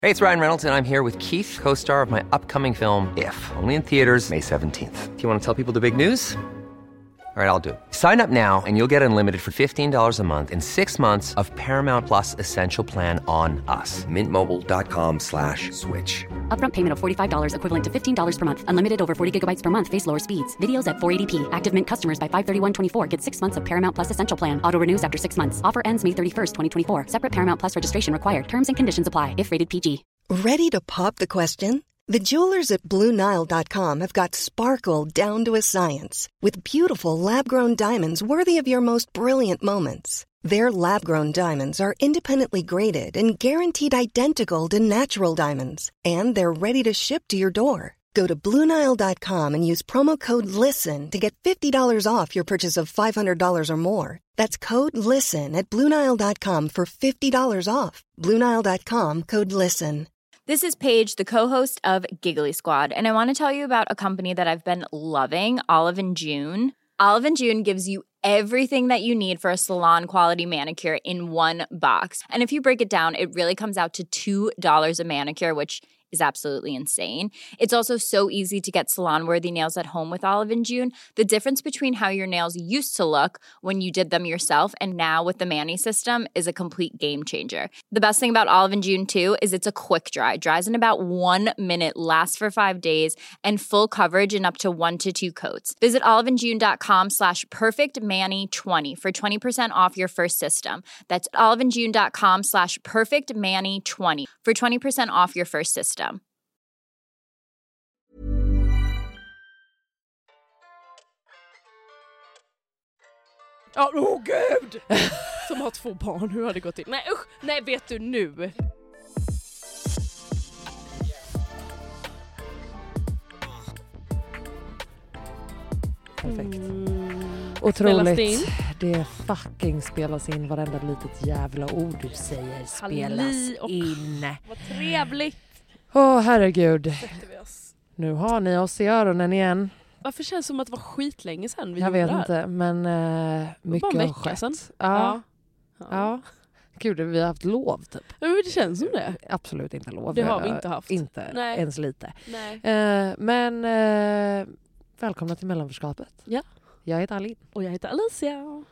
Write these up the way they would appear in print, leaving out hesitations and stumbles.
Hey, it's Ryan Reynolds, and I'm here with Keith, co-star of my upcoming film, If, only in theaters May 17th. Do you want to tell people the big news? All right, I'll do it. Sign up now and you'll get unlimited for $15 a month and 6 months of Paramount Plus Essential Plan on us. MintMobile.com/switch. Upfront payment of $45 equivalent to $15 per month. Unlimited over 40 gigabytes per month. Face lower speeds. Videos at 480p. Active Mint customers by 531.24 get 6 months of Paramount Plus Essential Plan. Auto renews after 6 months. Offer ends May 31st, 2024. Separate Paramount Plus registration required. Terms and conditions apply if rated PG. Ready to pop the question? The jewelers at BlueNile.com have got sparkle down to a science with beautiful lab-grown diamonds worthy of your most brilliant moments. Their lab-grown diamonds are independently graded and guaranteed identical to natural diamonds, and they're ready to ship to your door. Go to BlueNile.com and use promo code LISTEN to get $50 off your purchase of $500 or more. That's code LISTEN at BlueNile.com for $50 off. BlueNile.com, code LISTEN. This is Paige, the co-host of Giggly Squad, and I want to tell you about a company that I've been loving, Olive & June. Olive & June gives you everything that you need for a salon-quality manicure in one box. And if you break it down, it really comes out to $2 a manicure, which is absolutely insane. It's also so easy to get salon-worthy nails at home with Olive & June. The difference between how your nails used to look when you did them yourself and now with the Mani system is a complete game changer. The best thing about Olive & June, too, is it's a quick dry. Dries in about 1 minute, lasts for 5 days, and full coverage in up to 1 to 2 coats. Visit oliveandjune.com/perfectmani20 for 20% off your first system. That's oliveandjune.com/perfectmani20 for 20% off your first system. Ja, gud! Som har 2 barn, hur har det gått till? Nej, usch! Nej, vet du nu? Perfekt. Otroligt. Det in? Det fucking spelas in. Varenda litet jävla ord du säger spelas in. Vad trevligt. Herregud. Sätter vi oss. Nu har ni oss i öronen igen. Varför känns det som att det var skitlänge sedan vi Jag gjorde vet det här? inte, men mycket har skett. Sedan. Ja. Gud, vi har haft lov typ. Ja, men det känns som det. Absolut inte lov. Det har vi inte haft. Inte Nej. ens lite. Nej. Men välkomna till Mellanförskapet. Ja. Jag heter Alin. Och jag heter Alicia.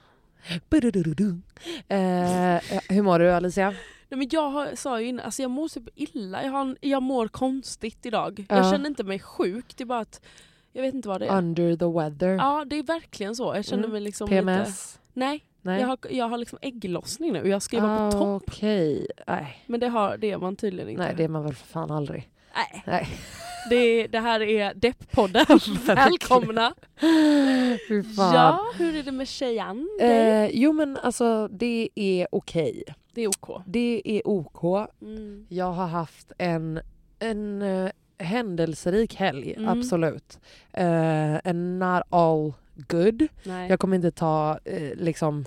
Hur mår du, Alicia? Nej, men sa ju innan, alltså jag mår typ illa. Jag mår konstigt idag. Ja. Jag känner inte mig sjuk. Det är bara att jag vet inte vad det är. Under the weather. Ja, det är verkligen så. Jag känner mig liksom PMS? lite... Nej. Jag har liksom ägglossning nu och jag ska ju vara på topp. Okej. Nej. Men det är man tydligen inte. Nej, det är man väl för fan aldrig. Nej. Det här är Depp-podden. Välkomna. Fy fan. Ja, hur är det med tjejan? Jo, men alltså det är okej. Det är OK. Det är OK. Mm. Jag har haft en händelserik helg, absolut. And not all good. Nej. Jag kommer inte ta liksom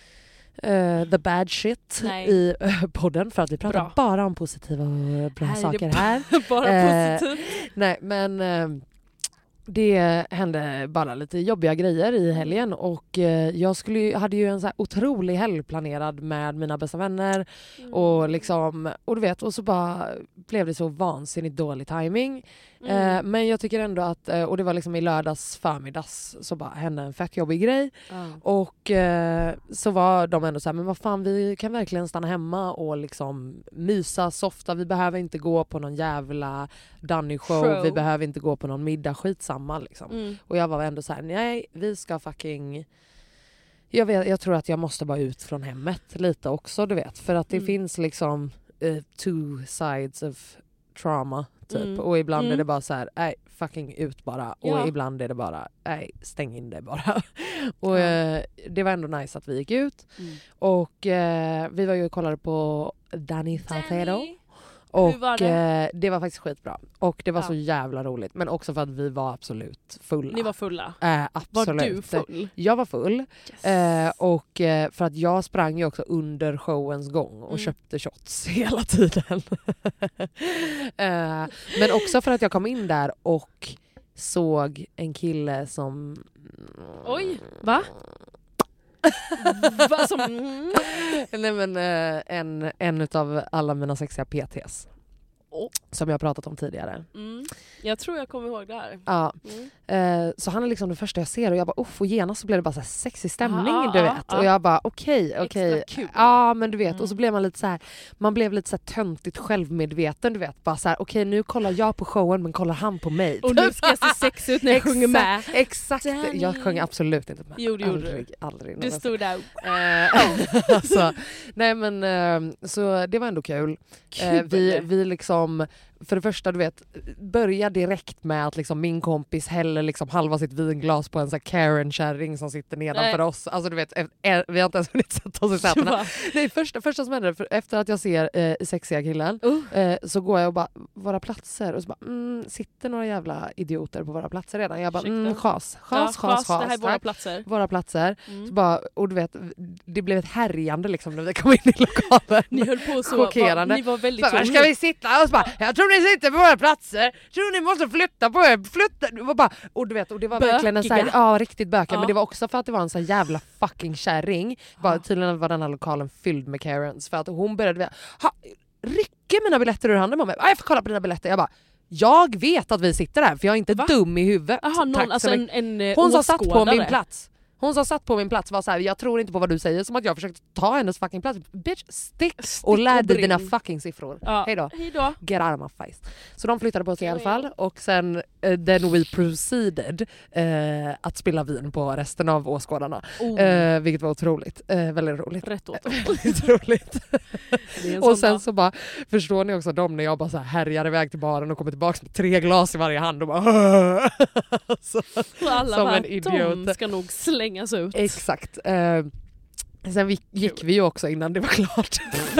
the bad shit i podden för att vi pratar bara om positiva och bra saker här. Bara positivt. Nej, men det hände bara lite jobbiga grejer i helgen och jag hade ju en så här otrolig helg planerad med mina bästa vänner och liksom, och du vet, och så bara blev det så vansinnigt dålig timing. Men jag tycker ändå att, och det var liksom i lördags förmiddags så bara hände en fett jobbig grej och så var de ändå så här, men vad fan, vi kan verkligen stanna hemma och liksom mysa, softa, vi behöver inte gå på någon jävla Danny-show, vi behöver inte gå på någon middag, skitsamma liksom. Och jag var ändå så här, nej, vi ska fucking... Jag tror att jag måste bara ut från hemmet lite också, du vet. För att det finns liksom two sides of trauma typ. Och ibland är det bara så här, nej, fucking ut bara. Och ibland är det bara, nej, stäng in det bara. Och det var ändå nice att vi gick ut. Och vi var ju och kollade på Danny Saucedo. Och det var faktiskt skitbra. Och det var så jävla roligt. Men också för att vi var absolut fulla. Ni var fulla? Absolut. Var du full? Jag var full. Yes. Och för att jag sprang ju också under showens gång och köpte shots hela tiden. Men också för att jag kom in där och såg en kille som... Oj, va? Nej, men en utav alla mina sexiga PTs. Som jag har pratat om tidigare. Jag tror jag kommer ihåg det här. Ja. Så han är liksom det första jag ser och jag bara och genast så blev det bara så här sexig stämning du vet. Och jag bara okej. Ja men du vet och så blev man lite så här, man blev lite så här töntigt självmedveten du vet. Bara så här okej, nu kollar jag på showen men kollar han på mig. Och nu ska jag se sex ut när jag sjunger med. Exakt. Jag sjöng absolut inte med. Jo, det gjorde aldrig. Du stod där. Alltså, nej men så det var ändå kul. Vi liksom för det första du vet börjar direkt med att liksom min kompis häller liksom halva sitt vinglas på en sån här Karen-kärring som sitter nedanför oss. Alltså du vet vi har inte ens hunnit sätta oss i sätena. Nej, första som händer efter att jag ser sexiga killen så går jag och bara våra platser och så bara sitter några jävla idioter på våra platser redan. Jag bara chas. Det här är våra platser. Så bara, och du vet det blev ett härjande liksom när vi kom in i lokalen. Ni höll på så chockerande. Ni var väldigt så, ska vi sitta och så bara jag tror ni sitter på våra platser. Tror ni måste flytta på er. Det var bara och du vet och det var verkligen en så här, riktigt bökig men det var också för att det var en så här jävla fucking kärring. Bara tydligen var den här lokalen fylld med Karens för att hon började rycka mina biljetter ur handen på mig. Jag får kolla på dina biljetter. Jag bara jag vet att vi sitter här för jag är inte dum i huvudet. Aha, någon, alltså hon som satt på min plats. Hon som satt på min plats var så här, jag tror inte på vad du säger, som att jag försökte ta hennes fucking plats. Bitch, stick och lär dig dina fucking siffror. Ja. Hej då. Get out of my face. Så de flyttade på sig i alla fall och sen then we proceeded att spilla vin på resten av åskådarna. Vilket var otroligt. Väldigt roligt. Rätt åt. Väldigt roligt. Och sen så bara, förstår ni också dem när jag bara så här härjar iväg till baren och kommer tillbaka med 3 glas i varje hand och bara så, alla som bara, en idiot. De ska nog slängas ut. Exakt. Sen gick vi ju också innan det var klart.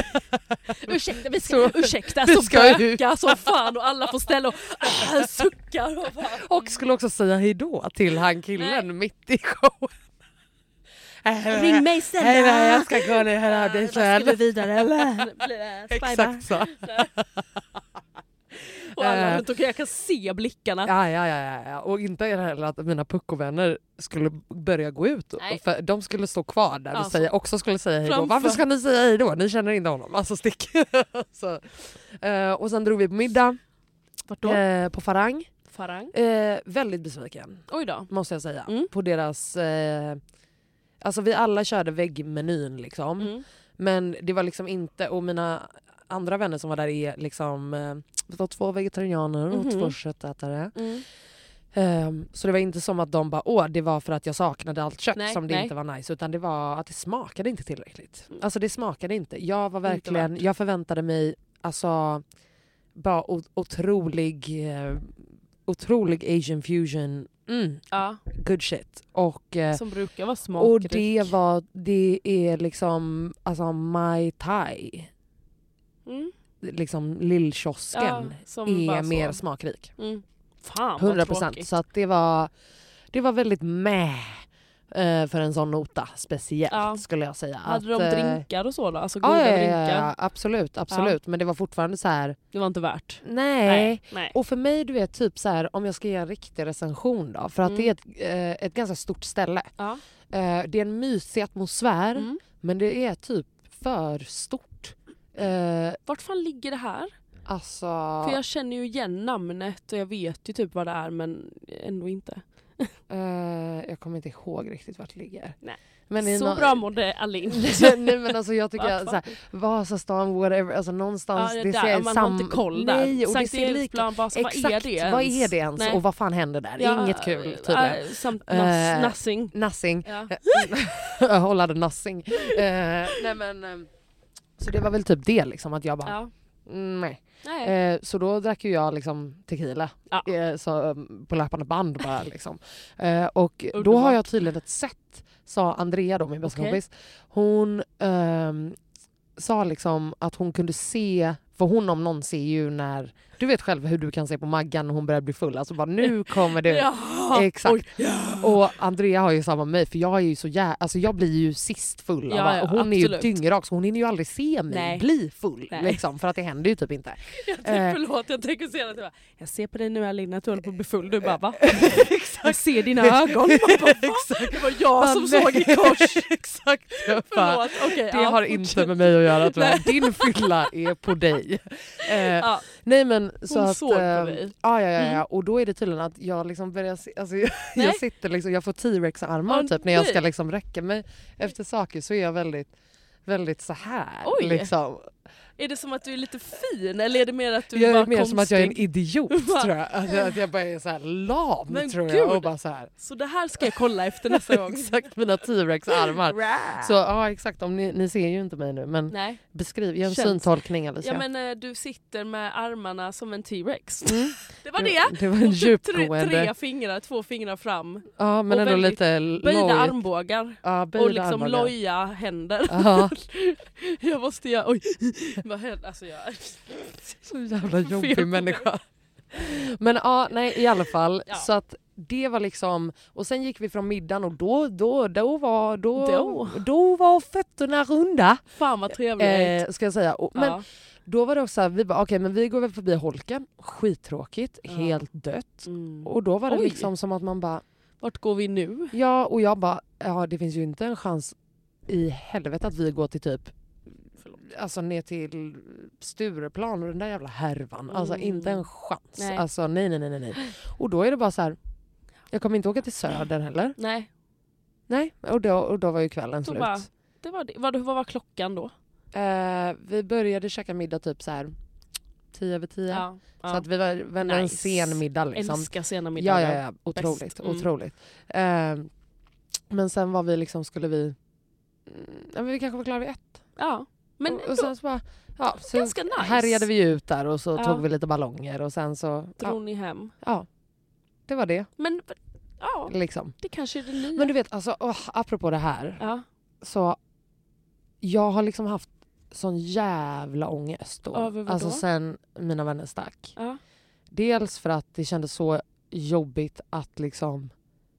Ursäkta, så böka som fan och alla får ställa och suckar. Och skulle också säga hejdå till han killen mitt i showen. Ring mig sen. Jag ska gå ner här. Ska vi vidare eller? Exakt så. Och alla runt omkring, jag kan se blickarna. Ja. Och inte heller att mina puckovänner skulle börja gå ut. För de skulle stå kvar där och också skulle säga hejdå. Varför ska ni säga hejdå? Ni känner inte honom. Alltså stick. Så. Och sen drog vi på middag. Vart då? På Farang. Väldigt besviken. Oj då. Måste jag säga. På deras... alltså vi alla körde väggmenyn liksom. Men det var liksom inte... Och mina andra vänner som var där är liksom... 2 vegetarianer och 2 köttätare. Så det var inte som att de bara, det var för att jag saknade allt kött som det inte var nice. Utan det var att det smakade inte tillräckligt. Alltså det smakade inte. Jag var verkligen, jag förväntade mig alltså bara otrolig Asian fusion. Good shit. Och, som brukar vara smakrikt. Och det är liksom alltså Mai Tai. Liksom lillkiosken är mer smakrik. Fan, 100%. Så att det var väldigt för en sån nota speciellt skulle jag säga. Hade de drinkar och så då? Alltså goda drinkar? Ja, absolut. Men det var fortfarande så här. Det var inte värt. Nej. Och för mig du vet typ så här om jag ska ge en riktig recension då för att det är ett ganska stort ställe. Det är en mysig atmosfär men det är typ för stort. Vart fan ligger det här? Alltså... För jag känner ju igen namnet och jag vet ju typ vad det är men ändå inte. Jag kommer inte ihåg riktigt vart det ligger. Nej. Men så bra mådde Alin. Nej men alltså jag tycker såhär, Vasastan, whatever, alltså någonstans det ser man har inte koll där. Nej, och Sankt det ser lika bara, så, exakt, vad är det ens? Vad är det ens? Nej. Och vad fan händer där? Inget kul tydligen. Samt nothing. Hålla det nothing. Nej men så det var väl typ det liksom att jag bara nej. Så då drack ju jag liksom tequila så, på löpande band bara liksom. Och då har jag tydligen ett sätt, sa Andrea då, min bästa kompis. Hon sa liksom att hon kunde se, för hon om någon ser ju när, du vet själv hur du kan se på Maggan när hon börjar bli full, alltså bara nu kommer det. Exakt. Och Andrea har ju samma med mig, för jag är ju så alltså jag blir ju sist full och hon absolut. Är ju dyngrak, så hon hinner ju aldrig se mig bli full liksom, för att det händer ju typ inte. Förlåt, jag tänker säga att jag ser på dig nu Alina att du håller på att bli full, du bara va? Jag ser dina ögon. Det var jag som såg i kors. Exakt. Förlåt. Okay, det har inte med mig att göra, tror jag. Din fylla är på dig. Nej men så Hon att såg på dig. Ja. Och då är det tydligen att jag liksom börjar alltså jag sitter liksom, jag får T-Rex-armar typ när jag ska liksom räcka mig efter saker, så är jag väldigt väldigt så här. Oj. Liksom. Är det som att du är lite fin eller är det mer att du jag bara är mer konstig? som att jag är en idiot tror jag. Att jag bara är så här lam men tror gud. jag. Och bara så här. Så det här ska jag kolla efter nästa gång. Exakt, mina T-Rex-armar. Så ja exakt, om ni ser ju inte mig nu men Nej. beskriv, gör en Känns. syntolkning Alicia. Ja men du sitter med armarna som en T-Rex. Det var det. Det var en Och typ djupgående. Två fingrar fram. Ja men och ändå väldigt lite böjda lojt. armbågar. Ja, böjda Och liksom armbågar. loja händer. Ja. Jag måste göra... Oj. Vad händer? Alltså jag... Så jävla jobbig Fel. människa. Men ja, nej i alla fall. Ja. Så att det var liksom... Och sen gick vi från middagen och då var fötterna runda. Fan vad trevligt. Ska jag säga. Men Ja. då var det också så här, vi bara okej, men vi går väl förbi Holken. Skittråkigt, helt dött. Mm. Och då var det Oj. liksom som att man bara... Vart går vi nu? Ja, och jag bara... Ja, det finns ju inte en chans i helvete att vi går till typ... Alltså ner till Stureplan och den där jävla härvan. Alltså inte en chans. Nej. Alltså nej. Och då är det bara så här. Jag kommer inte åka till Söder heller. Nej. Och då var ju kvällen Då slut. bara, det var det. Vad var klockan då? Vi började käka middag typ så här 10:10. Ja. Så att vi var en Nice. sen middag liksom. Älskar sena middagar. Ja. Otroligt. Bäst. Otroligt. Men sen var vi liksom, skulle vi... men vi kanske var klara vid 1. Ja. Men och sen så bara... Ja, så ganska nice. härjade vi ut där och så Ja. tog vi lite ballonger och sen så... drog ni hem. Ja, det var det. Men ja, Liksom. det kanske är det nya. Men du vet, alltså, apropå det här. Ja. Så jag har liksom haft sån jävla ångest då. Över vadå? Alltså sen mina vänner stack. Ja. Dels för att det kändes så jobbigt att liksom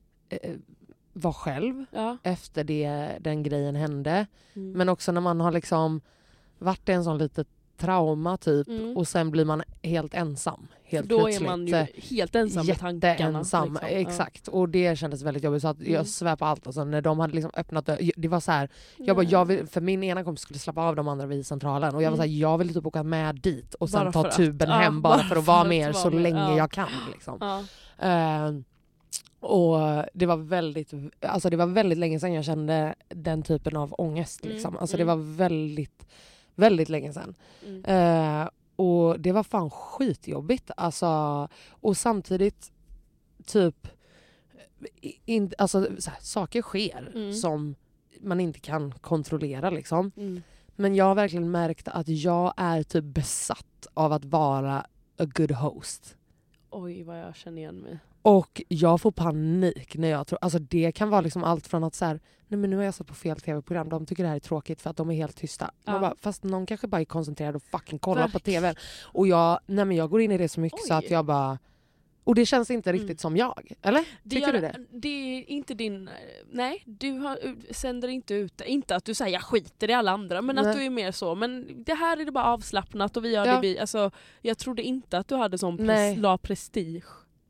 vara själv Ja. efter den grejen hände. Mm. Men också när man har liksom varit i en sån litet trauma typ och sen blir man helt ensam. Helt Då plötsligt. är man ju helt ensam med tankarna. Jätteensam, liksom. exakt. Och det kändes väldigt jobbigt så att jag svär på allt. Alltså, när de hade liksom öppnat det var så här, jag vill, för min ena kompis skulle släppa av de andra vid centralen och jag var så här, jag vill typ åka med dit och sen Bara ta för att. tuben Ja, hem bara för att vara med er så vara med. länge Ja. jag kan liksom. Ja. Och det var väldigt länge sedan jag kände den typen av ångest liksom. Alltså det var väldigt väldigt länge sedan. Och det var fan skitjobbigt. Alltså, och samtidigt typ alltså, så här, saker sker som man inte kan kontrollera liksom. Men jag har verkligen märkt att jag är typ besatt av att vara a good host. Oj, vad jag känner igen mig. Och jag får panik när jag tror... Alltså det kan vara liksom allt från att så här, nej men nu har jag satt på fel tv-program. De tycker det här är tråkigt för att de är helt tysta. Ja. Man bara, fast någon kanske bara är koncentrerad och fucking kollar på tv. Och jag går in i det så mycket så att jag bara... Och det känns inte riktigt som jag. Eller? Tycker du det? Det är inte din... Nej, sänder inte ut... Inte att du säger jag skiter i alla andra, men att du är mer så. Men det här är det bara avslappnat och vi gör det vi... Alltså, jag trodde inte att du hade sån prestige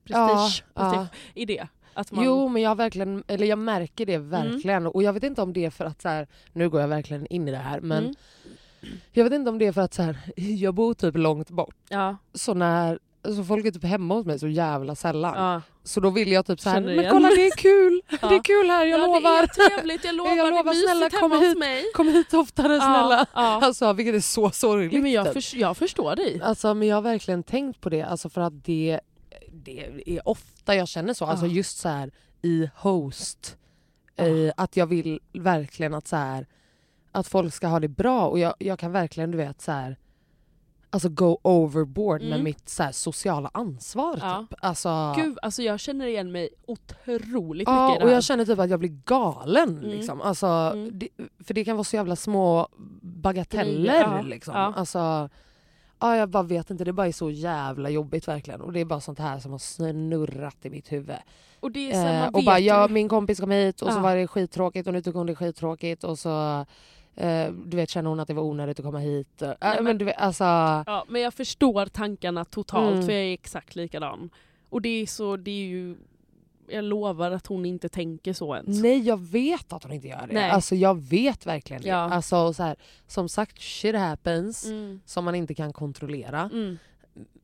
i det. Att man... Jo, men jag märker det verkligen. Och jag vet inte om det är för att så här, nu går jag verkligen in i det här, men jag vet inte om det är för att så här, jag bor typ långt bort. Ja. Så folk är typ hemma hos mig så jävla sällan. Ja. Så då vill jag typ så här, Känner men igen. kolla det är kul. Det är kul här, jag lovar. Det är trevligt, jag lovar. Jag lovar, det är snälla, mysigt hemma hos mig. Kom hit oftare snälla. Ja. Alltså, vilket är så sorgligt. Ja, men jag förstår dig. Alltså, men jag har verkligen tänkt på det. Alltså, för att det är ofta jag känner så. Alltså just så här i host. Att jag vill verkligen att så här, att folk ska ha det bra. Och jag kan verkligen, du vet, så här, alltså go overboard med mitt så här, sociala ansvar. Typ. Alltså, Gud, alltså jag känner igen mig otroligt mycket i ja, det här. och jag känner typ att jag blir galen. Liksom. Alltså, för det kan vara så jävla små bagateller. Ja. Liksom. Ja. Alltså, jag bara vet inte, det bara är så jävla jobbigt verkligen. Och det är bara sånt här som har snurrat i mitt huvud. Och det är så man och vet bara, ju. min kompis kom hit och så var det skittråkigt och nu tycker hon det är skittråkigt och så du vet, känner hon att det var onödigt att komma hit. Men du vet, alltså... Ja, men jag förstår tankarna totalt för jag är exakt likadan. Och det är ju... Jag lovar att hon inte tänker så ens. Nej, jag vet att hon inte gör det. Nej. Alltså jag vet verkligen det. Ja. Alltså så här, som sagt, shit happens som man inte kan kontrollera.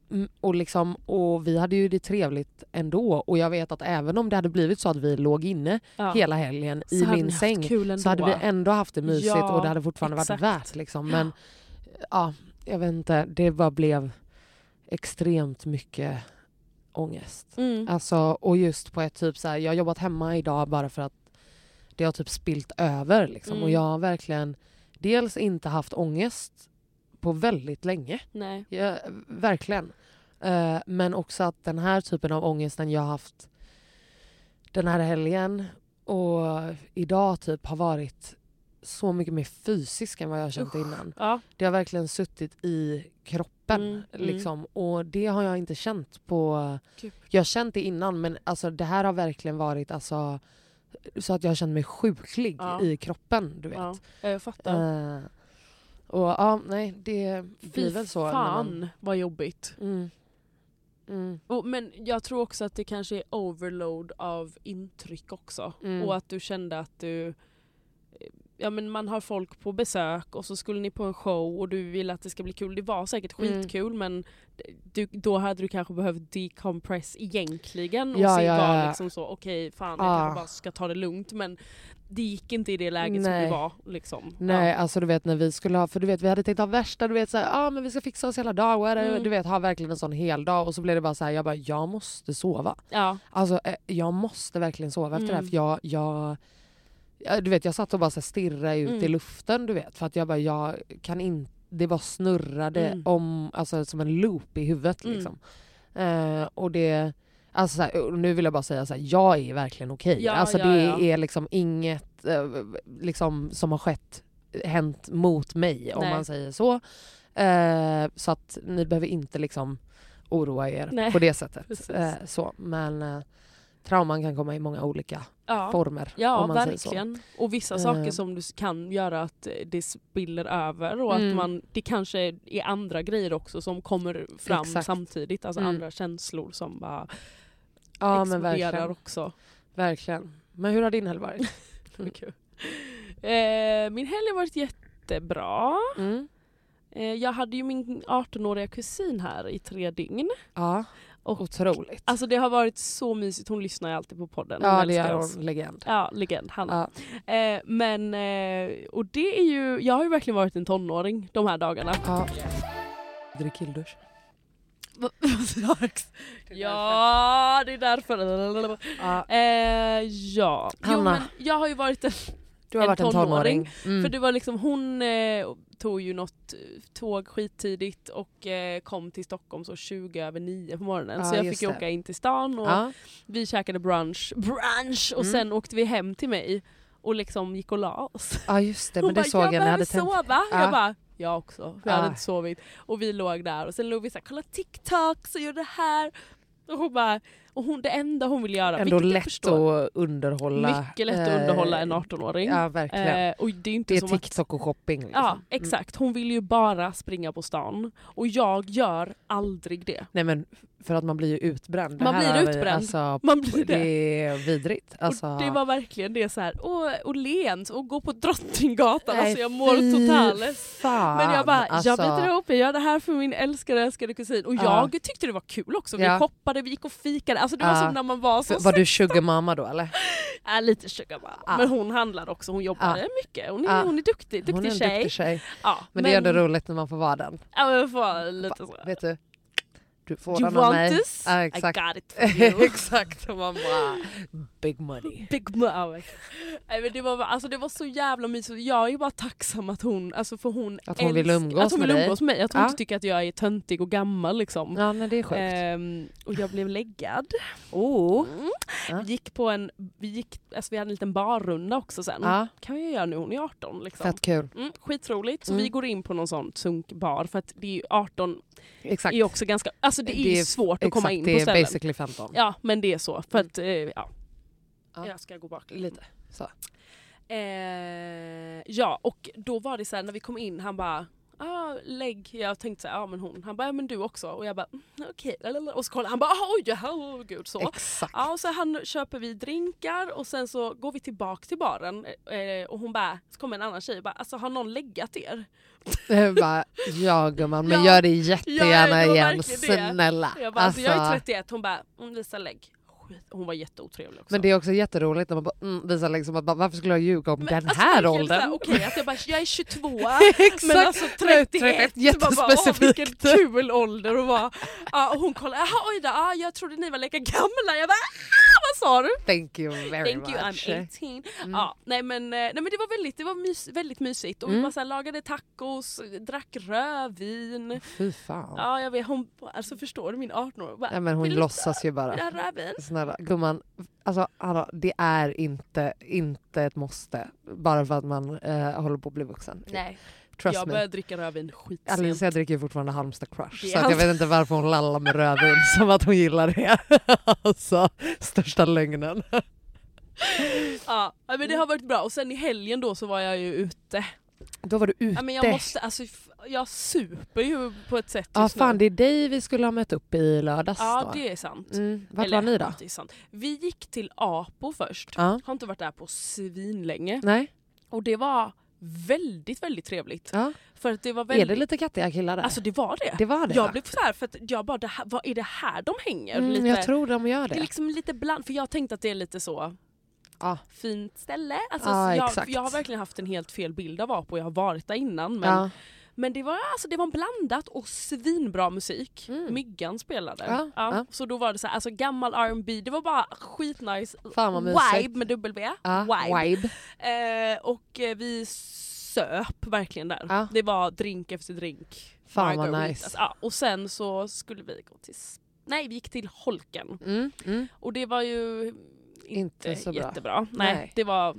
Och vi hade ju det trevligt ändå. Och jag vet att även om det hade blivit så att vi låg inne hela helgen i min säng, så hade vi ändå haft det mysigt och det hade fortfarande varit värt. Liksom. Men jag vet inte, det bara blev extremt mycket ångest. Alltså, och just på ett typ så här, jag har jobbat hemma idag bara för att det har typ spilt över. Liksom. Och jag har verkligen dels inte haft ångest på väldigt länge. Nej. Verkligen. Men också att den här typen av ångesten jag har haft den här helgen och idag typ har varit så mycket mer fysisk än vad jag har känt innan. Ja. Det har verkligen suttit i kroppen. Liksom. Och det har jag inte känt på... Jag har känt det innan, men alltså, det här har verkligen varit alltså, så att jag har känt mig sjuklig i kroppen. Du vet. Ja, jag fattar. Och nej, det blir väl så. Fan vad jobbigt. Men jag tror också att det kanske är overload av intryck också. Och att du kände att du... Ja, men man har folk på besök och så skulle ni på en show och du vill att det ska bli kul. Det var säkert skitkul, men då hade du kanske behövt decompress egentligen och var liksom så, okej, fan, jag kanske bara ska ta det lugnt, men det gick inte i det läget som det var liksom. Nej, alltså du vet när vi skulle ha, för du vet vi hade tänkt ha värsta, du vet så här, men vi ska fixa oss hela dagen, du vet, ha verkligen en sån hel dag, och så blev det bara så här, jag måste sova. Ja. Alltså jag måste verkligen sova efter det här, för jag du vet, jag satt och bara så stirrade ut i luften, du vet, för att jag kan inte, det bara snurrade om, alltså som en loop i huvudet liksom. Och det, alltså så här, nu vill jag bara säga så här, jag är verkligen okej. Alltså det är liksom inget liksom som har hänt mot mig, om man säger så. Så att ni behöver inte liksom oroa er på det sättet. Så, men trauman kan komma i många olika former. Ja, om man verkligen. säger så. Och vissa saker som du kan göra att det spiller över, och att det kanske är andra grejer också som kommer fram samtidigt. Alltså andra känslor som bara exploderar också. Verkligen. Men hur har din helg varit? Min helg har varit jättebra. Jag hade ju min 18-åriga kusin här i 3 dygn. Ja. Och, otroligt. Alltså det har varit så mysigt. Hon lyssnar ju alltid på podden. Ja, det är hon. Legend. Ja, legend. Hanna. Ja. Men och det är ju... Jag har ju verkligen varit en tonåring de här dagarna. Ja. Drick killdusch. Ja, det är därför. Ja. Hanna. Men jag har ju varit du har varit en tonåring. För det var liksom, hon tog ju något tåg skittidigt och kom till Stockholm så 20:09 på morgonen. Så jag fick åka in till stan och vi käkade brunch och sen åkte vi hem till mig och liksom gick och la oss. Ja, just det. Men det såg jag när jag hade sova. Jag bara, jag också. Jag hade inte sovit. Och vi låg där och sen låg vi så här, kolla TikTok så gör det här. Och hon bara, det enda hon vill göra, ändå lätt att underhålla. Mycket lätt att underhålla en 18-åring. Ja, verkligen. Och det är inte det är som TikTok och shopping. Liksom. Ja, exakt. Hon vill ju bara springa på stan. Och jag gör aldrig det. Nej, men för att man blir ju utbränd. Man blir utbränd. Alltså, man blir det är vidrigt. Alltså. Och det var verkligen det så här. Och lent och gå på Drottninggatan. Nej, alltså jag mår totalt. Men jag bara, alltså. Jag biter ihop. Jag gör det här för min älskade kusin. Och jag tyckte det var kul också. Vi hoppade, vi gick och fikade. Alltså det var som när man var så. Var du sugar mama då eller? Ja, lite sugar mama. Men hon handlade också. Hon jobbade mycket. Hon är duktig hon är en tjej. Duktig tjej. Men det är ändå roligt när man får vara den. Ja, men får lite så. Vet du? Du får you den av mig. Ja, exakt. I got it for you. Exakt. Man bara, big money. Big money. Nej, men det var så jävla mysigt. Jag är ju bara tacksam att hon, alltså för hon vill umgås med dig. Att hon inte tycker att jag är töntig och gammal liksom. Ja, nej, det är sjukt. Och jag blev läggad. Vi hade en liten barrunda också sen. Kan vi göra nu, hon är 18 liksom. Fett kul. Skitroligt. Så vi går in på någon sån sunkbar för att det är ju 18. Exakt. Är också ganska, alltså det är svårt att komma in på ställen. Det är basically 15. Ja, men det är så. För att, jag ska gå bak lite. Så. Ja, och då var det så här när vi kom in, han bara, lägg. Jag tänkte så här, men hon. Han bara, men du också. Och jag bara, okej. Och så kollar han bara, oj, gud så. Exakt. Ja, och så köper vi drinkar och sen så går vi tillbaka till baren och hon bara, så kommer en annan tjej och bara, alltså har någon läggat er? Jag bara, ja gumman, men gör det jättegärna igen, snälla. Jag bara, alltså jag är 31, hon bara, visa lägg. Hon var jätteotrevlig också. Men det är också jätteroligt när man bara, visar liksom att varför skulle jag ljuga om den här åldern? Okej, att jag är 22 men alltså 31 jättespecifikt. Vilken kul ålder att vara. Och hon kollade, oj då, jag trodde ni var lika gamla. Jag bara, vad sa du? Thank you very much. I'm 18. Nej men det var väldigt mysigt. Och vi bara så här, lagade tacos, drack rödvin. Fy fan. Ja, jag vet, hon, alltså förstår du min 18-år? Ja, men hon låtsas ju bara. Rödvin. Snälla, gumman, alltså det är inte ett måste bara för att man håller på att bli vuxen. Nej. Trust jag me. börjar dricka rödvin skitsent. Alice, jag dricker ju fortfarande Halmstad Crush. Så att jag vet inte varför hon lallar med rödvin som att hon gillar det. Alltså, största lögnen. Ja, men det har varit bra. Och sen i helgen då så var jag ju ute. Då var du ute? Ja, men jag super ju på ett sätt. Ja, fan, det är dig vi skulle ha mött upp i lördags. Ja, då. det är sant. Vart var ni då? Det är sant. Vi gick till Apo först. Har inte varit där på svinlänge. Nej. Och det var väldigt, väldigt trevligt. Ja. För att det var väldigt... Är det lite kattiga killar där? Alltså det var det. Det var det. Jag blev så här för att jag bara, vad är det här de hänger? Lite, jag tror de gör det. Det är liksom lite bland, för jag tänkte att det är lite så... fint ställe. Alltså, jag har verkligen haft en helt fel bild av Apo. Jag har varit där innan. Men det var blandat och svinbra musik. Myggan spelade. Så då var det så här, alltså gammal R&B. Det var bara skitnice vibe med W. Vibe. Och vi söp verkligen där. Det var drink efter drink. Fan vad nice. Alltså, och sen så skulle vi gå till... Nej, vi gick till Holken. Och det var ju... Inte så jättebra. Nej, det var...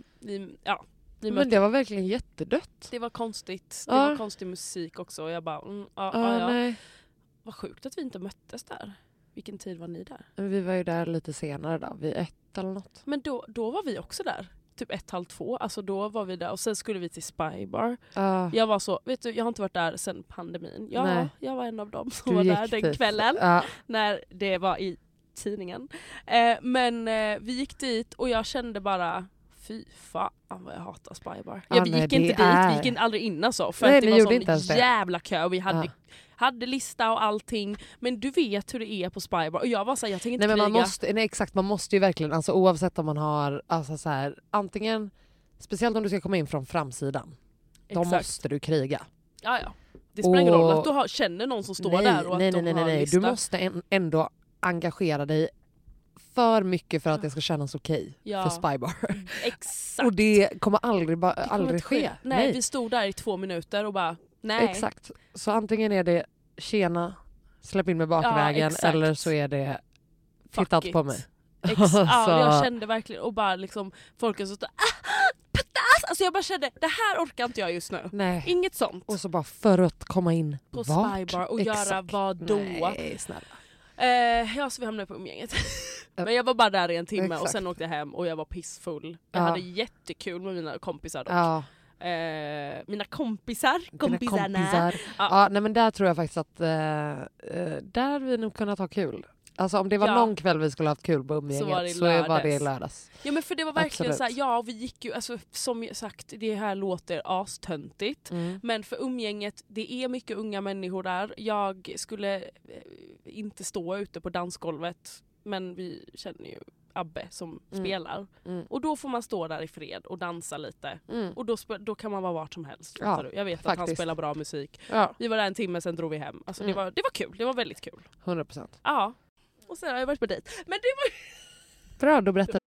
Men det var verkligen jättedött. Det var konstigt. Det var konstig musik också. Och jag bara... Nej. Vad sjukt att vi inte möttes där. Vilken tid var ni där? Vi var ju där lite senare då. Vid 1 eller något. Men då var vi också där. Typ 1:30. Alltså då var vi där. Och sen skulle vi till Spybar. Jag var så... Vet du, jag har inte varit där sedan pandemin. Jag var en av dem som var där den kvällen. När det var i tidningen. Men vi gick dit och jag kände bara fy fan vad jag hatar Spybar. Vi gick inte dit, vi gick in aldrig in alltså, för att det var sån jävla kö. Vi hade lista och allting, men du vet hur det är på Spybar och jag var så här, jag tänker inte kriga. Man måste ju verkligen, alltså oavsett om man har alltså så här, antingen speciellt om du ska komma in från framsidan. Då måste du kriga. Ja. Det spelar ingen roll att du känner någon som står där och att de har lista. Du måste ändå engagera dig för mycket för att det ska kännas okej för Spybar. Exakt. Och det kommer aldrig ske. Nej, vi stod där i 2 minuter och bara, nej. Exakt. Så antingen är det tjena, släpp in mig bakvägen, eller så är det tittat på mig. Jag kände verkligen, och bara liksom folk så alltså jag bara kände, det här orkar inte jag just nu. Nej. Inget sånt. Och så bara för att komma in på Spybar och göra vad då? Nej, snälla. Så vi hamnade på umgänget. Men jag var bara där i 1 timme och sen åkte jag hem och jag var pissfull. Jag hade jättekul med mina kompisar dock. Mina kompisarna. Nej, men där tror jag faktiskt att där vi nog kunnat ha kul. Alltså om det var någon kväll vi skulle haft kul på umgänget så var det lördags. Ja, men för det var verkligen så här, vi gick ju, alltså som sagt, det här låter astöntigt. Men för umgänget, det är mycket unga människor där. Jag skulle inte stå ute på dansgolvet, men vi känner ju Abbe som spelar. Och då får man stå där i fred och dansa lite. Och då kan man vara vart som helst. Jag vet att han spelar bra musik. Vi var där 1 timme, sen drog vi hem. Alltså det var kul, det var väldigt kul. 100%. Ja. Och sen har jag varit på dejt. Men det var... Bra, då berättar.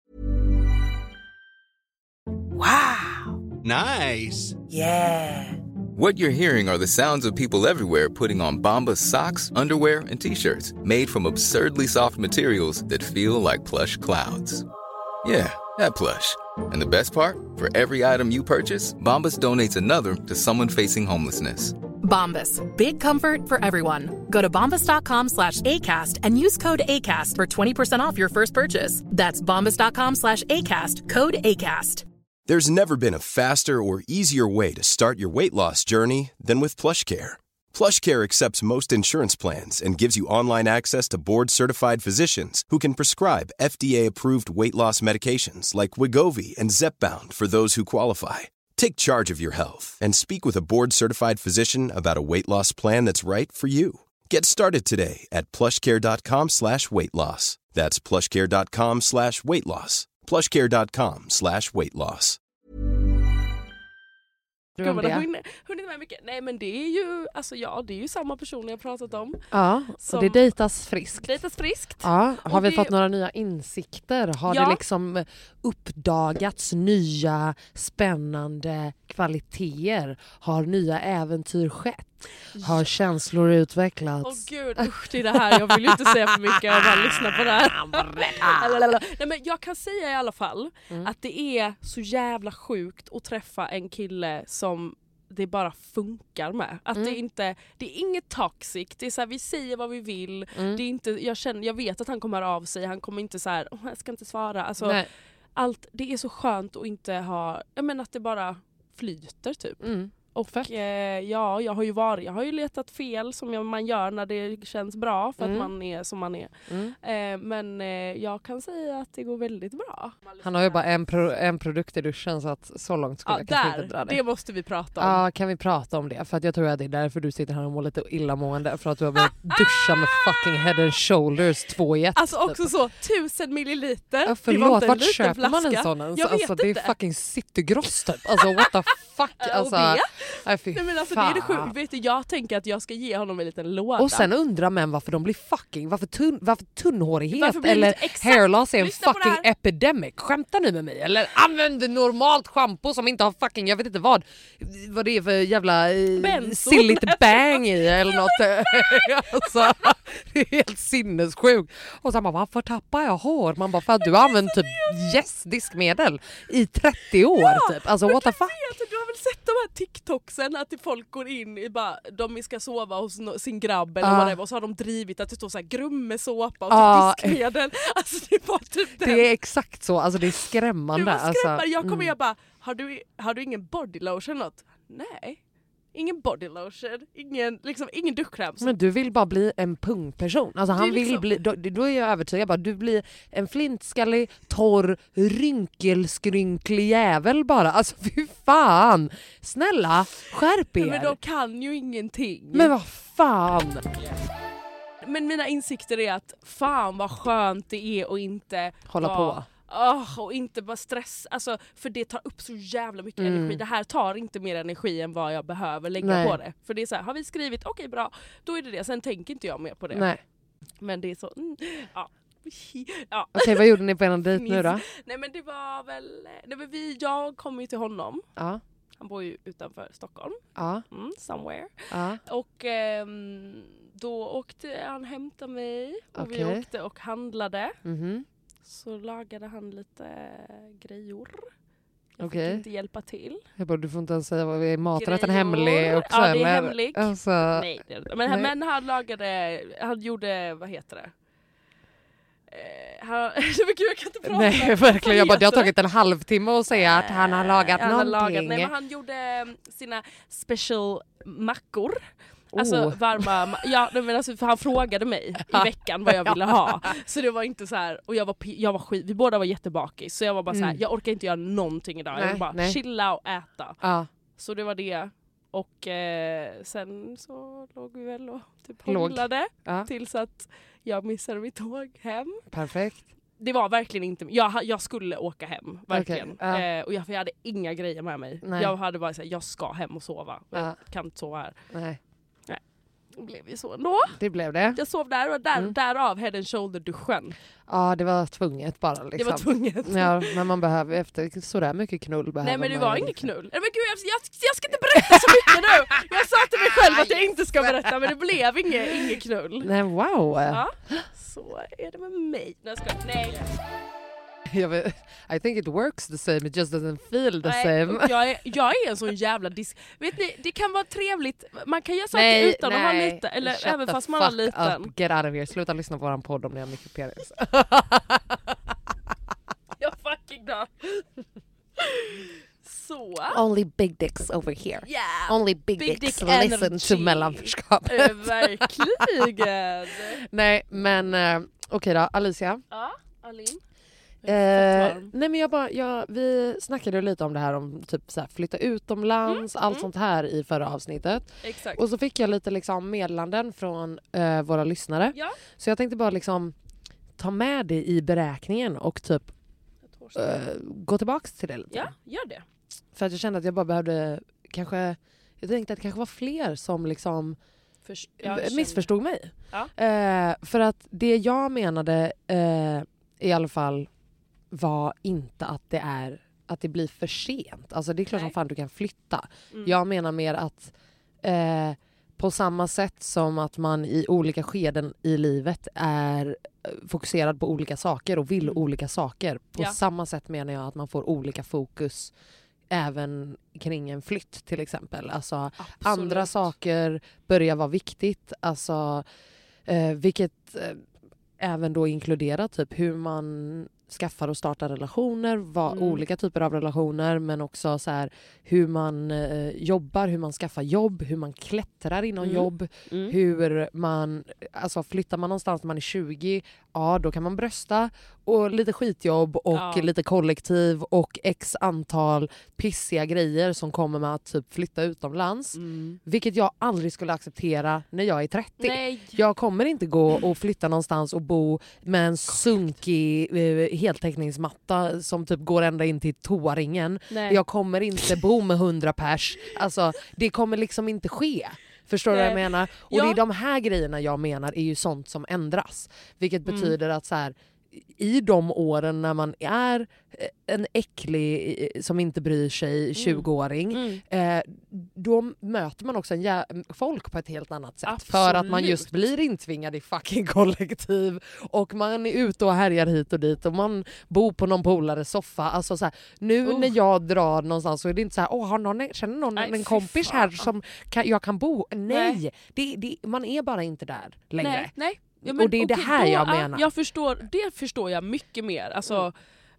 Wow! Nice! Yeah! What you're hearing are the sounds of people everywhere putting on Bombas socks, underwear, and T-shirts made from absurdly soft materials that feel like plush clouds. Yeah, that plush. And the best part? For every item you purchase, Bombas donates another to someone facing homelessness. Bombas. Big comfort for everyone. Go to bombas.com/ACAST and use code ACAST for 20% off your first purchase. That's bombas.com/ACAST. Code ACAST. There's never been a faster or easier way to start your weight loss journey than with PlushCare. PlushCare accepts most insurance plans and gives you online access to board-certified physicians who can prescribe FDA-approved weight loss medications like Wegovy and Zepbound for those who qualify. Take charge of your health and speak with a board-certified physician about a weight loss plan that's right for you. Get started today at plushcare.com/weightloss. That's plushcare.com/weightloss. plushcare.com/weightloss. Gud, man har hunnit med mycket. Nej, men det är ju alltså det är ju samma person jag pratat om. Ja, och det dejtas friskt. Dejtas friskt. Ja, har vi fått några nya insikter? Har det liksom uppdagats nya spännande kvaliteter? Har nya äventyr skett? Har känslor utvecklats? Gud, det är det här. Jag vill ju inte säga för mycket. Jag bara lyssna på det här. Nej, men jag kan säga i alla fall att det är så jävla sjukt att träffa en kille som det bara funkar med. Att det är inget toxic. Det är så här, vi säger vad vi vill. Det är inte, jag vet att han kommer av sig. Han kommer inte så här, jag ska inte svara. Alltså, det är så skönt att inte ha, jag menar att det bara flyter typ. Och jag har ju letat fel som man gör när det känns bra för att man är som man är. Men jag kan säga att det går väldigt bra. Han har ju bara en produkt i duschen så att så långt skulle jag kanske inte dra det måste vi prata om. Ja, kan vi prata om det? För att jag tror att det är därför du sitter här och mår lite illamående, för att du har börjat duscha med fucking Head and Shoulders 2 i 1. Alltså också så 1000 milliliter. Ja, förlåt, vart köper man en sån ens? Alltså det är fucking citygross typ. Alltså what the fuck? Alltså, nej, men alltså det är det sjukt. Vet du, jag tänker att jag ska ge honom en liten låda. Och sen undrar män varför de blir fucking, varför tunnhårighet eller hair loss är en fucking epidemic. Skämtar ni med mig? Eller använd normalt shampoo som inte har fucking, jag vet inte vad det är för jävla silligt bang i eller något. Alltså, det är helt sinnessjukt. Och så man, varför tappar jag hår? Man bara, för att du har använt typ diskmedel i 30 år typ. Alltså what the fuck? Du har väl sett de här TikToksen att folk går in i bara, de ska sova hos sin grabb eller vad det var, och så har de drivit att det står så här grummesåpa och diskmedel. Alltså det var typ det. Det är exakt så, alltså det är skrämmande. Det var skrämmande. Alltså, jag kommer jag bara, har du ingen body lotion något? Nej. Ingen body lotion, ingen duschkräm. Men du vill bara bli en pungperson. Alltså han vill liksom bli, då är jag övertygad bara, du blir en flintskallig, torr, rynkelsskrynklig jävel bara. Alltså fy fan. Snälla, skärp er. Men de kan ju ingenting. Men vad fan. Men mina insikter är att fan vad skönt det är att inte hålla på. Och inte bara stress, alltså, för det tar upp så jävla mycket energi. Det här tar inte mer energi än vad jag behöver lägga på det. För det är så här, har vi skrivit, okej, bra, då är det. Sen tänker inte jag mer på det. Nej. Men det är så, ja. Okej, vad gjorde ni på en dejt nu då? Nej men det var väl, jag kom ju till honom. Ja. Han bor ju utanför Stockholm. Ja. Somewhere. Ja. Och då åkte han hämta mig och vi åkte och handlade. Så lagade han lite grejor. Jag fick inte hjälpa till. Jag bara, du får inte ens säga vad vi är, maträtten hemlig också. Ja, det är eller? hemlig. Alltså, nej. Men han gjorde, vad heter det? Jag kan inte prata. Nej, verkligen. Jag bara, det har tagit en halvtimme att säga att han har lagat någonting. Nej, men han gjorde sina special mackor. Alltså varma, men alltså, för han frågade mig i veckan vad jag ville ha. Så det var inte så här, och jag var skit, vi båda var jättebakis. Så jag var bara så här, jag orkar inte göra någonting idag. Jag vill bara chilla och äta. Så det var det. Och sen så låg vi väl och typ hånglade tills att jag missade mitt tåg hem. Perfekt. Det var verkligen inte, jag skulle åka hem, verkligen. Och jag hade inga grejer med mig. Jag hade bara sagt, jag ska hem och sova. Jag kan inte sova här. Nej. Det blev ju så ändå. Det blev det. Jag sov där och därav Head and Shoulder duschen. Ja, det var tvunget bara. Liksom. Det var tvunget. Ja, men man behöver efter sådär mycket knull. Nej, men det var ingen knull. Men gud, jag ska inte berätta så mycket nu. Jag sa till mig själv att jag inte ska berätta, men det blev inget knull. Nej, wow. Ja, så är det med mig. Nej. I think it works the same, it just doesn't feel the same. Jag är en sån jävla vet ni, det kan vara trevligt. Man kan göra saker utan att ha lite, eller även fast man har liten. Get out of here. Sluta lyssna på våran podd om ni har mycket penis. Jag fucking dör. Så. Only big dicks over here. Yeah. Only big dicks listen to mellanförskapet. Verkligen. Nej, men okej då, Alicia. Ja, Alin. Nej men vi snackade ju lite om det här om typ så här, flytta utomlands, allt sånt här i förra avsnittet. Exakt. Och så fick jag lite liksom meddelanden från våra lyssnare. Ja. Så jag tänkte bara liksom ta med det i beräkningen och typ gå tillbaks till det lite. Ja, gör det. För att jag kände att jag bara behövde jag tänkte att det kanske var fler som liksom missförstod mig. Ja. För att det jag menade i alla fall var inte att det blir för sent. Alltså det är klart som fan du kan flytta. Jag menar mer att på samma sätt som att man i olika skeden i livet är fokuserad på olika saker och vill olika saker. På samma sätt menar jag att man får olika fokus även kring en flytt till exempel. Alltså andra saker börjar vara viktigt. Alltså vilket även då inkluderar typ hur man skaffar och startar relationer, olika typer av relationer, men också så här, hur man jobbar, hur man skaffar jobb, hur man klättrar inom jobb, hur man, alltså flyttar man någonstans när man är 20, ja då kan man brösta och lite skitjobb och lite kollektiv och x antal pissiga grejer som kommer med att typ flytta utomlands. Vilket jag aldrig skulle acceptera när jag är 30. Nej. Jag kommer inte gå och flytta någonstans och bo med en sunkig heltäckningsmatta som typ går ända in till toaringen. Nej. Jag kommer inte bo med 100 pers. Alltså det kommer liksom inte ske. Förstår du vad jag menar? Och det är de här grejerna jag menar är ju sånt som ändras. Vilket betyder att så här, i de åren när man är en äcklig som inte bryr sig 20-åring då möter man också folk på ett helt annat sätt. Absolut. För att man just blir intvingad i fucking kollektiv och man är ute och härjar hit och dit och man bor på någon polares soffa. Alltså så här, nu när jag drar någonstans så är det inte så här, känner någon en kompis här som jag kan bo? Nej. Man är bara inte där längre. Nej. Ja, och det är det här jag menar. Det förstår jag mycket mer. Alltså,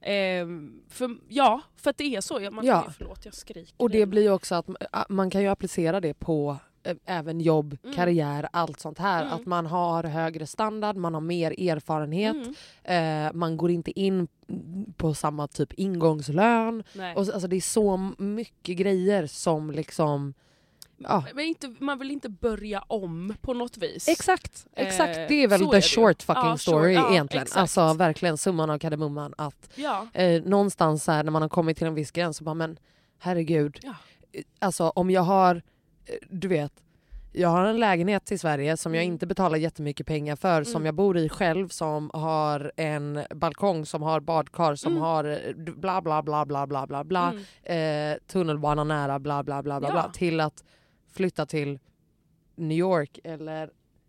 för att det är så. Förlåt, jag skriker. Och det blir ju också att man kan ju applicera det på även jobb, karriär, allt sånt här. Att man har högre standard, man har mer erfarenhet. Man går inte in på samma typ ingångslön. Och, alltså, det är så mycket grejer som liksom... Ja. Men man vill inte börja om på något vis. Exakt. Det är väl the short fucking story egentligen. Alltså verkligen summan av kardemumman att någonstans här när man har kommit till en viss gräns så bara, men herregud. Alltså om jag har, du vet, jag har en lägenhet i Sverige som jag inte betalar jättemycket pengar för, som jag bor i själv, som har en balkong, som har badkar, som har bla bla bla bla bla bla bla, tunnelbana nära bla bla bla bla bla, till att flytta till New York eller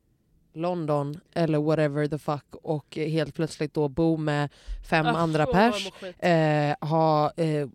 London eller whatever the fuck och helt plötsligt då bo med 5 andra pers, ha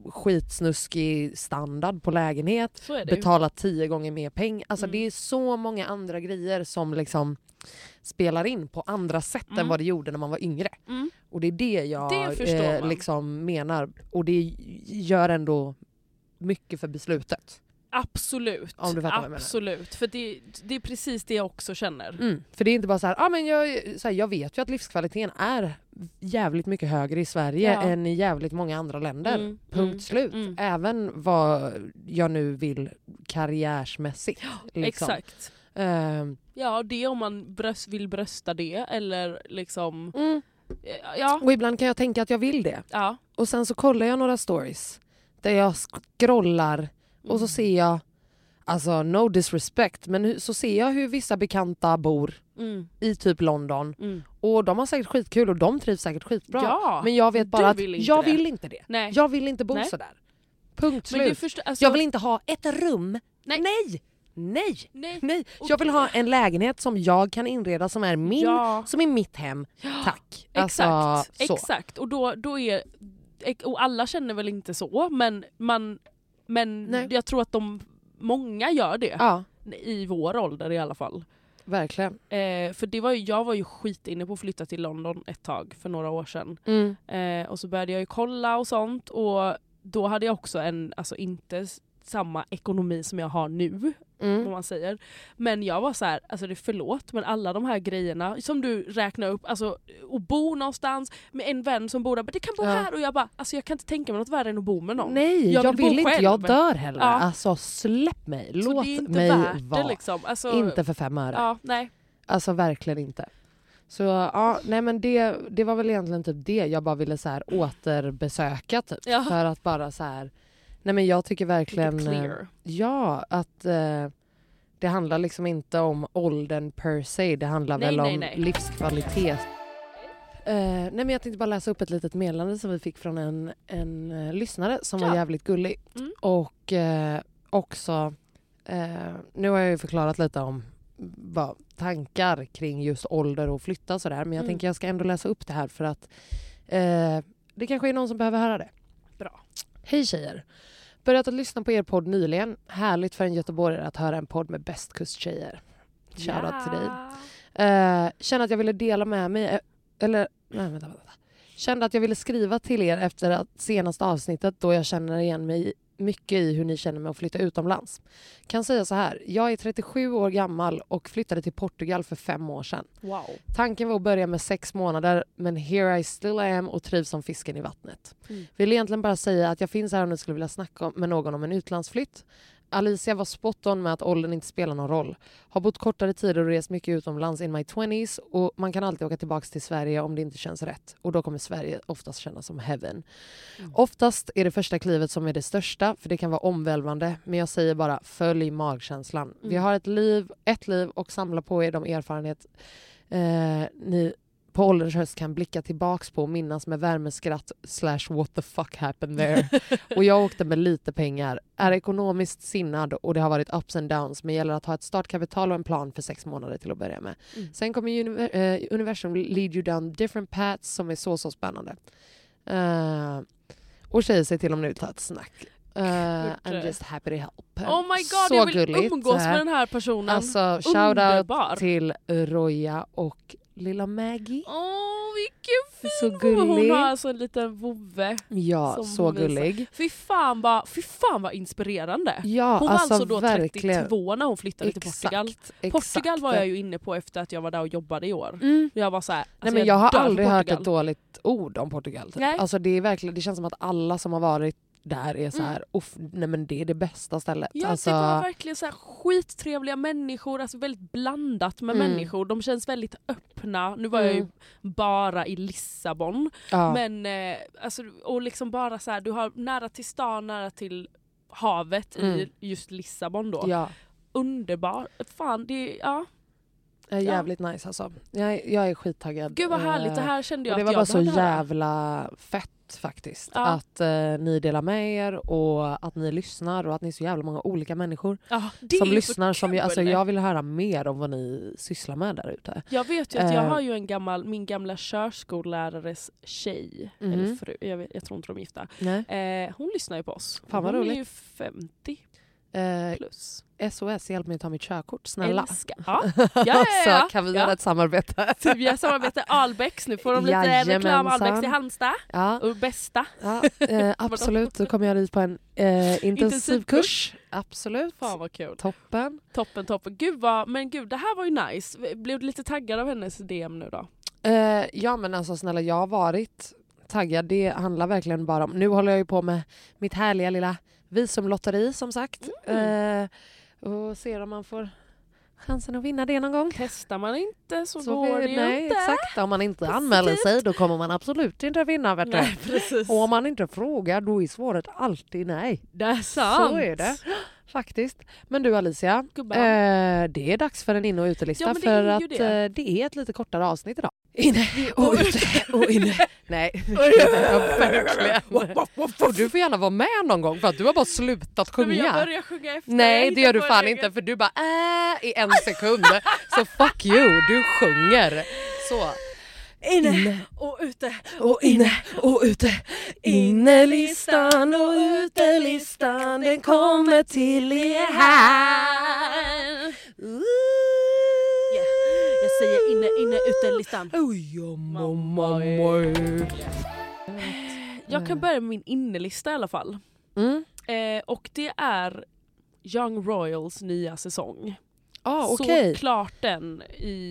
skitsnuskig standard på lägenhet, betala 10 gånger mer pengar. Alltså det är så många andra grejer som liksom spelar in på andra sätt än vad det gjorde när man var yngre. Och det är det jag liksom menar. Och det gör ändå mycket för beslutet. Absolut. Om du fattar absolut. För det är precis det jag också känner. För det är inte bara så här, men jag vet ju att livskvaliteten är jävligt mycket högre i Sverige än i jävligt många andra länder. Punkt slut. Även vad jag nu vill karriärsmässigt. Liksom. Exakt. Det om man vill brösta det eller liksom... Och ibland kan jag tänka att jag vill det. Och sen så kollar jag några stories där jag scrollar och så ser jag, alltså no disrespect, men så ser jag hur vissa bekanta bor i typ London. Och de har säkert skitkul och de trivs säkert skitbra. Men jag vet bara att jag vill inte det. Nej. Jag vill inte bo sådär. Punkt slut. Jag vill inte ha ett rum. Nej. Jag vill ha en lägenhet som jag kan inreda som är min, som är mitt hem. Tack. Exakt. Och då är, och alla känner väl inte så, men jag tror att många gör det i vår ålder i alla fall. Verkligen. För jag var ju inne på att flytta till London ett tag för några år sedan. Och så började jag ju kolla och sånt och då hade jag också inte samma ekonomi som jag har nu, vad man säger. Men jag var så här, alltså det förlåt, men alla de här grejerna som du räknar upp, alltså att bo någonstans med en vän som bor där, men det kan bo här, och jag bara, alltså jag kan inte tänka mig något värre än att bo med någon. Nej, jag vill inte, jag dör heller. Alltså släpp mig, så låt det är inte mig värt vara. det liksom. Alltså, inte för 5 öre. Ja, nej. Alltså verkligen inte. Så ja, nej men det var väl egentligen typ det jag bara ville så här återbesöka typ. Ja. För att bara så här, nej men jag tycker verkligen ja, att det handlar liksom inte om åldern per se, det handlar väl om livskvalitet. Nej men jag tänkte bara läsa upp ett litet meddelande som vi fick från en lyssnare som var jävligt gullig. Och också nu har jag ju förklarat lite om vad tankar kring just ålder och flytta sådär, men jag tänker jag ska ändå läsa upp det här för att det kanske är någon som behöver höra det. Bra. Hej tjejer. Börjat att lyssna på er podd nyligen. Härligt för en göteborgare att höra en podd med bästkust-tjejer. Shoutout till dig. Känner att jag ville dela med mig Kände att jag ville skriva till er efter att senaste avsnittet, då jag känner igen mig mycket i hur ni känner mig att flytta utomlands. Kan säga så här, jag är 37 år gammal och flyttade till Portugal för 5 år sedan. Wow. Tanken var att börja med 6 månader, men here I still am och trivs som fisken i vattnet. Vill egentligen bara säga att jag finns här och nu skulle vilja snacka med någon om en utlandsflytt. Alicia var spot on med att åldern inte spelar någon roll. Har bott kortare tider och rest mycket utomlands in my 20s, och man kan alltid åka tillbaka till Sverige om det inte känns rätt. Och då kommer Sverige oftast kännas som heaven. Oftast är det första klivet som är det största, för det kan vara omvälvande, men jag säger bara följ magkänslan. Vi har ett liv och samla på er de erfarenhet ni på ålderns höst kan blicka tillbaks på och minnas med värmeskratt / what the fuck happened there. Och jag åkte med lite pengar. Är ekonomiskt sinnad och det har varit ups and downs, men gäller att ha ett startkapital och en plan för 6 månader till att börja med. Sen kommer universum lead you down different paths som är så spännande. Och tjejer sig till om nu ta ett snack. I'm just happy to help. Oh my god, så jag vill gulligt. umgås med den här personen. Alltså shoutout till Roja och lilla Maggie. Vilken fin. Så gullig. Hon har alltså en liten vovve. Ja, så gullig. Fy fan vad inspirerande. Ja, hon var alltså då verkligen 32 när hon flyttade till Portugal. Portugal var jag ju inne på efter att jag var där och jobbade i år. Jag var så här, alltså nej, men jag har aldrig hört ett dåligt ord om Portugal. Typ. Alltså det är verkligen, det känns som att alla som har varit där är så här, nej men det är det bästa stället. Ja, alltså, det var verkligen så här skittrevliga människor, alltså väldigt blandat med människor. De känns väldigt öppna. Nu var jag ju bara i Lissabon, men alltså, och liksom bara så här, du har nära till stan, nära till havet i just Lissabon då. Ja. Underbar. Fan, det jävligt nice alltså. Jag är skittaggad. Gud vad härligt, det här kände jag och det att var jag bara så jävla fett faktiskt. Att ni delar med er och att ni lyssnar och att ni är så jävla många olika människor som lyssnar. Som jag vill höra mer om vad ni sysslar med där ute. Jag vet ju att jag har ju min gamla körskollärares tjej eller fru, jag tror inte de är gifta. Hon lyssnar ju på oss. Fan vad roligt. Hon är ju 50 plus. SOS, hjälp mig att ta mitt körkort, snälla. Ja. Kan vi göra ett samarbete? Vi har samarbete Albex, nu får de lite reklam. Albex i Halmstad och bästa. Absolut, då kommer jag dit på en intensivkurs. Absolut. Fan vad kul. Toppen. Gud, det här var ju nice. Blev du lite taggad av hennes DM nu då? Ja men alltså snälla, jag har varit taggad. Det handlar verkligen bara om, nu håller jag ju på med mitt härliga lilla visumlotteri som sagt. Och ser om man får chansen att vinna det någon gång. Testar man inte så går det ju inte. Exakt, om man inte anmäler sig då kommer man absolut inte vinna. Nej, precis. Och om man inte frågar då är svaret alltid nej. Det är sant. Så är det faktiskt. Men du Alicia, det är dags för en in- och utelista för att det är ett lite kortare avsnitt idag. Inne och ute och inne. Nej, och du får gärna vara med någon gång för att du har bara slutat sjunga. Men jag börjar sjunga efter. Nej, det gör du fan inte för du bara i 1 sekund. Så fuck you, du sjunger. Så. Inne och ute och inne och ute. Innelistan och utelistan, den kommer till er här. Jag säger inne, utelistan. Jag kan börja med min innelista i alla fall. Och det är Young Royals nya säsong. Okay. Så klart den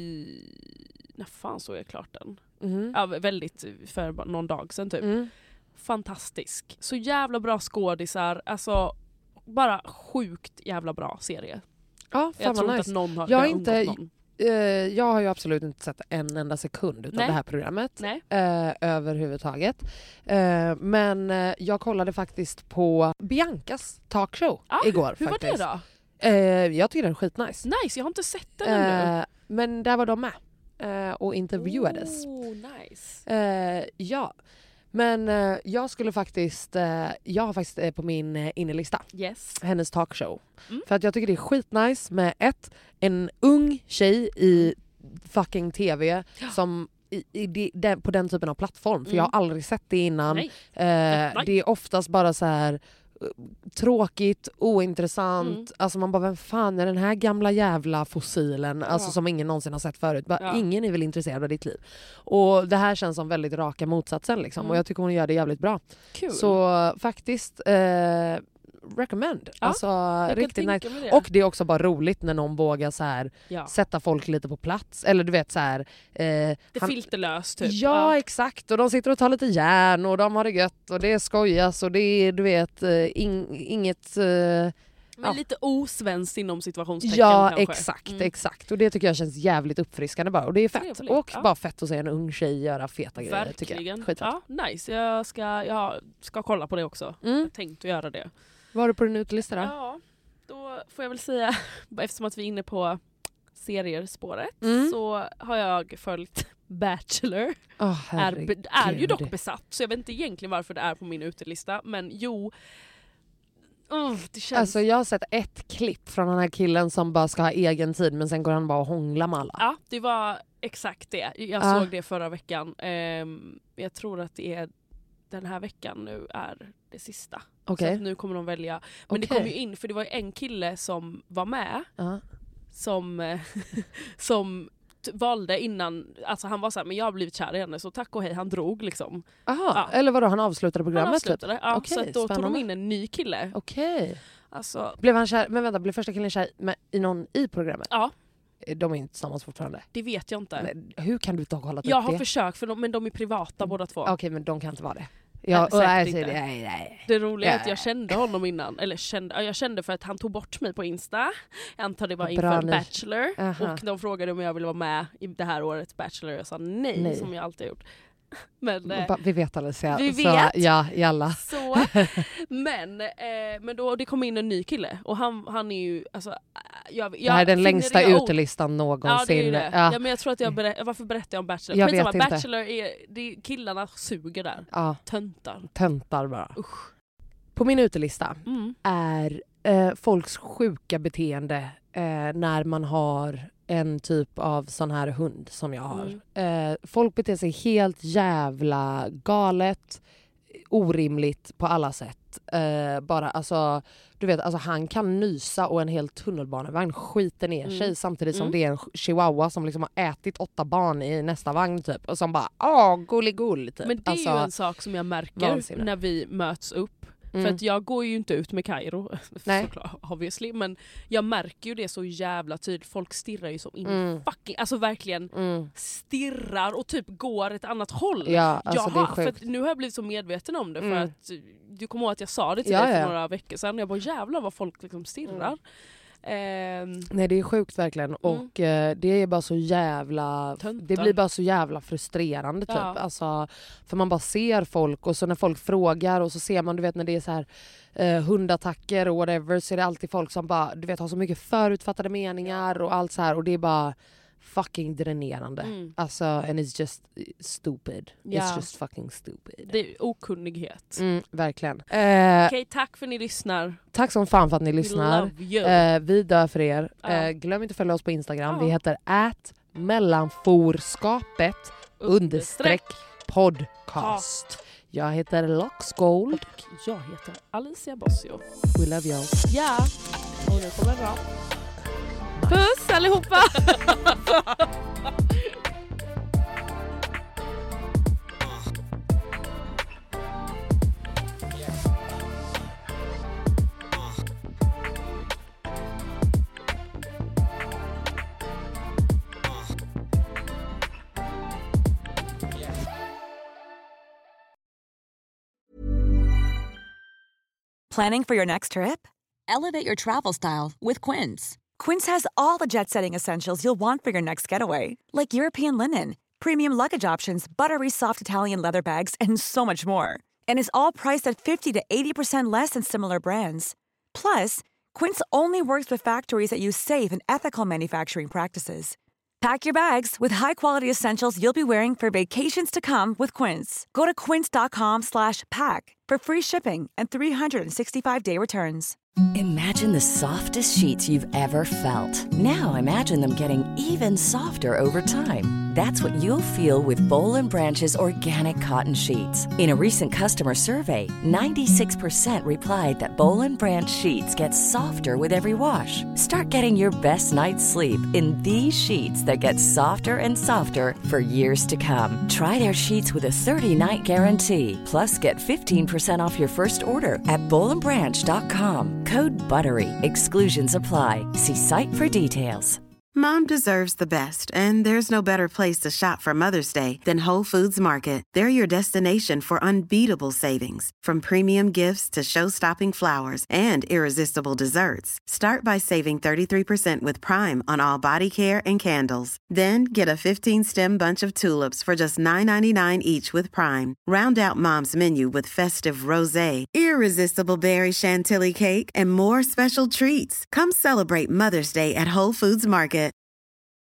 när fan såg jag klart den? Ja, väldigt för någon dag sedan typ. Fantastisk. Så jävla bra skådisar. Alltså bara sjukt jävla bra serie. Ja, jag tror nice. inte att någon har någon. Jag har ju absolut inte sett en enda sekund av det här programmet. Överhuvudtaget. Men jag kollade faktiskt på Biancas talkshow igår. Hur faktiskt. var det då? Jag tycker den är skitnice. Nice, jag har inte sett den ännu. Men där var de med och intervjuades. Nice. Ja. Men jag skulle faktiskt jag har faktiskt på min innelista hennes talkshow. För att jag tycker det är skitnice med en ung tjej i fucking tv som på den typen av plattform. För jag har aldrig sett det innan. Det är oftast bara så här tråkigt, ointressant. Alltså man bara, vem fan är den här gamla jävla fossilen? Alltså som ingen någonsin har sett förut. Ingen är väl intresserad av ditt liv. Och det här känns som väldigt raka motsatsen liksom. Och jag tycker hon gör det jävligt bra. Cool. Så faktiskt recommend. Alltså riktigt nice. Det. Och det är också bara roligt när någon vågar så här sätta folk lite på plats. Eller du vet så här filterlöst typ. Ja, exakt. Och de sitter och tar lite järn och de har det gött och det skojas och det är, du vet, inget... Men lite osvenskt inom situationstecken kanske. Exakt. Och det tycker jag känns jävligt uppfriskande bara. Och det är fett. Trevligt. Och bara fett att se en ung tjej göra feta grejer. Verkligen. Tycker jag. Nice. Jag ska kolla på det också. Jag har tänkt att göra det. Vad har du på din utelista då? Ja, då får jag väl säga, eftersom att vi är inne på serier-spåret, så har jag följt Bachelor. Är ju dock besatt, så jag vet inte egentligen varför det är på min utelista. Men det känns... Alltså jag har sett ett klipp från den här killen som bara ska ha egen tid, men sen går han bara och hånglar med alla. Ja, det var exakt det. Jag såg det förra veckan. Jag tror att det är den här veckan nu är det sista. Okay. Så att nu kommer de välja. Men det kom ju in, för det var ju en kille som var med som valde innan, alltså han var så här, men jag har blivit kär i henne så tack och hej, han drog liksom. Aha, eller vadå, han avslutade programmet? Han avslutade, typ? ja. Okay, så att då tog de in en ny kille. Okej. Alltså, blev han kär, men vänta, blev första killen kär i någon i programmet? Ja. De är inte tillsammans fortfarande? Det vet jag inte. Nej, hur kan du inte ha kollat upp det? Jag har försökt, men de är privata båda två. Okej, men de kan inte vara det. Nej. Det roliga är att jag kände honom innan. Eller jag kände för att han tog bort mig på Insta. Jag antar det var inför Bachelor. Och de frågade om jag ville vara med i det här årets Bachelor. Jag sa nej. Som jag alltid gjort. Men, vi vet Alicia. Vi vet. Så, ja, jalla. Så, men då det kom in en ny kille. Och han är ju... Alltså, det här är den längsta utelistan någonsin. Ja, det är det. Ja, men jag tror att varför berättar jag om Bachelor? Jag vet inte. Bachelor killarna suger där. Ja. Töntar bara. Usch. På min utelista är folks sjuka beteende när man har en typ av sån här hund som jag har. Folk beter sig helt jävla galet, orimligt på alla sätt. Bara alltså, du vet, alltså han kan nysa och en hel tunnelbanevagn skiter ner sig samtidigt som det är en chihuahua som liksom har ätit 8 barn i nästa vagn typ och som bara gulligull typ. Men det är ju en sak som jag märker när vi möts upp. För att jag går ju inte ut med Kairo, såklart, obviously, men jag märker ju det så jävla tydligt. Folk stirrar ju som fucking, alltså verkligen stirrar och typ går ett annat håll. Ja, alltså det är sjukt. För nu har jag blivit så medveten om det, för att du kommer ihåg att jag sa det till dig för några veckor sedan. Jag bara, jävlar vad folk liksom stirrar. Nej, det är sjukt verkligen. Och det är bara så jävla det blir bara så jävla frustrerande typ. Alltså, för man bara ser folk och så när folk frågar och så ser man, du vet, när det är så här hundattacker och whatever, så är det alltid folk som bara, du vet, har så mycket förutfattade meningar och allt så här, och det är bara fucking dränerande. Alltså, and it's just stupid. It's just fucking stupid. Det är okunnighet. Verkligen. Okej, tack för att ni lyssnar. Tack som fan för att ni lyssnar. Vi dör för er. Glöm inte att följa oss på Instagram. Vi heter @mellanforskapet_podcast. Jag heter Loxgold. Och jag heter Alicia Bossio. We love you. Ja, och nu kommer det bra. Puss allihopa! Planning for your next trip? Elevate your travel style with Quince. Quince has all the jet-setting essentials you'll want for your next getaway, like European linen, premium luggage options, buttery soft Italian leather bags, and so much more. And is all priced at 50 to 80% less than similar brands. Plus, Quince only works with factories that use safe and ethical manufacturing practices. Pack your bags with high-quality essentials you'll be wearing for vacations to come with Quince. Go to quince.com/pack for free shipping and 365-day returns. Imagine the softest sheets you've ever felt. Now imagine them getting even softer over time. That's what you'll feel with Boll & Branch's organic cotton sheets. In a recent customer survey, 96% replied that Boll & Branch sheets get softer with every wash. Start getting your best night's sleep in these sheets that get softer and softer for years to come. Try their sheets with a 30-night guarantee. Plus, get 15% off your first order at bollandbranch.com. Code BUTTERY. Exclusions apply. See site for details. Mom deserves the best, and there's no better place to shop for Mother's Day than Whole Foods Market. They're your destination for unbeatable savings, from premium gifts to show-stopping flowers and irresistible desserts. Start by saving 33% with Prime on all body care and candles. Then get a 15-stem bunch of tulips for just $9.99 each with Prime. Round out Mom's menu with festive rosé, irresistible berry chantilly cake, and more special treats. Come celebrate Mother's Day at Whole Foods Market.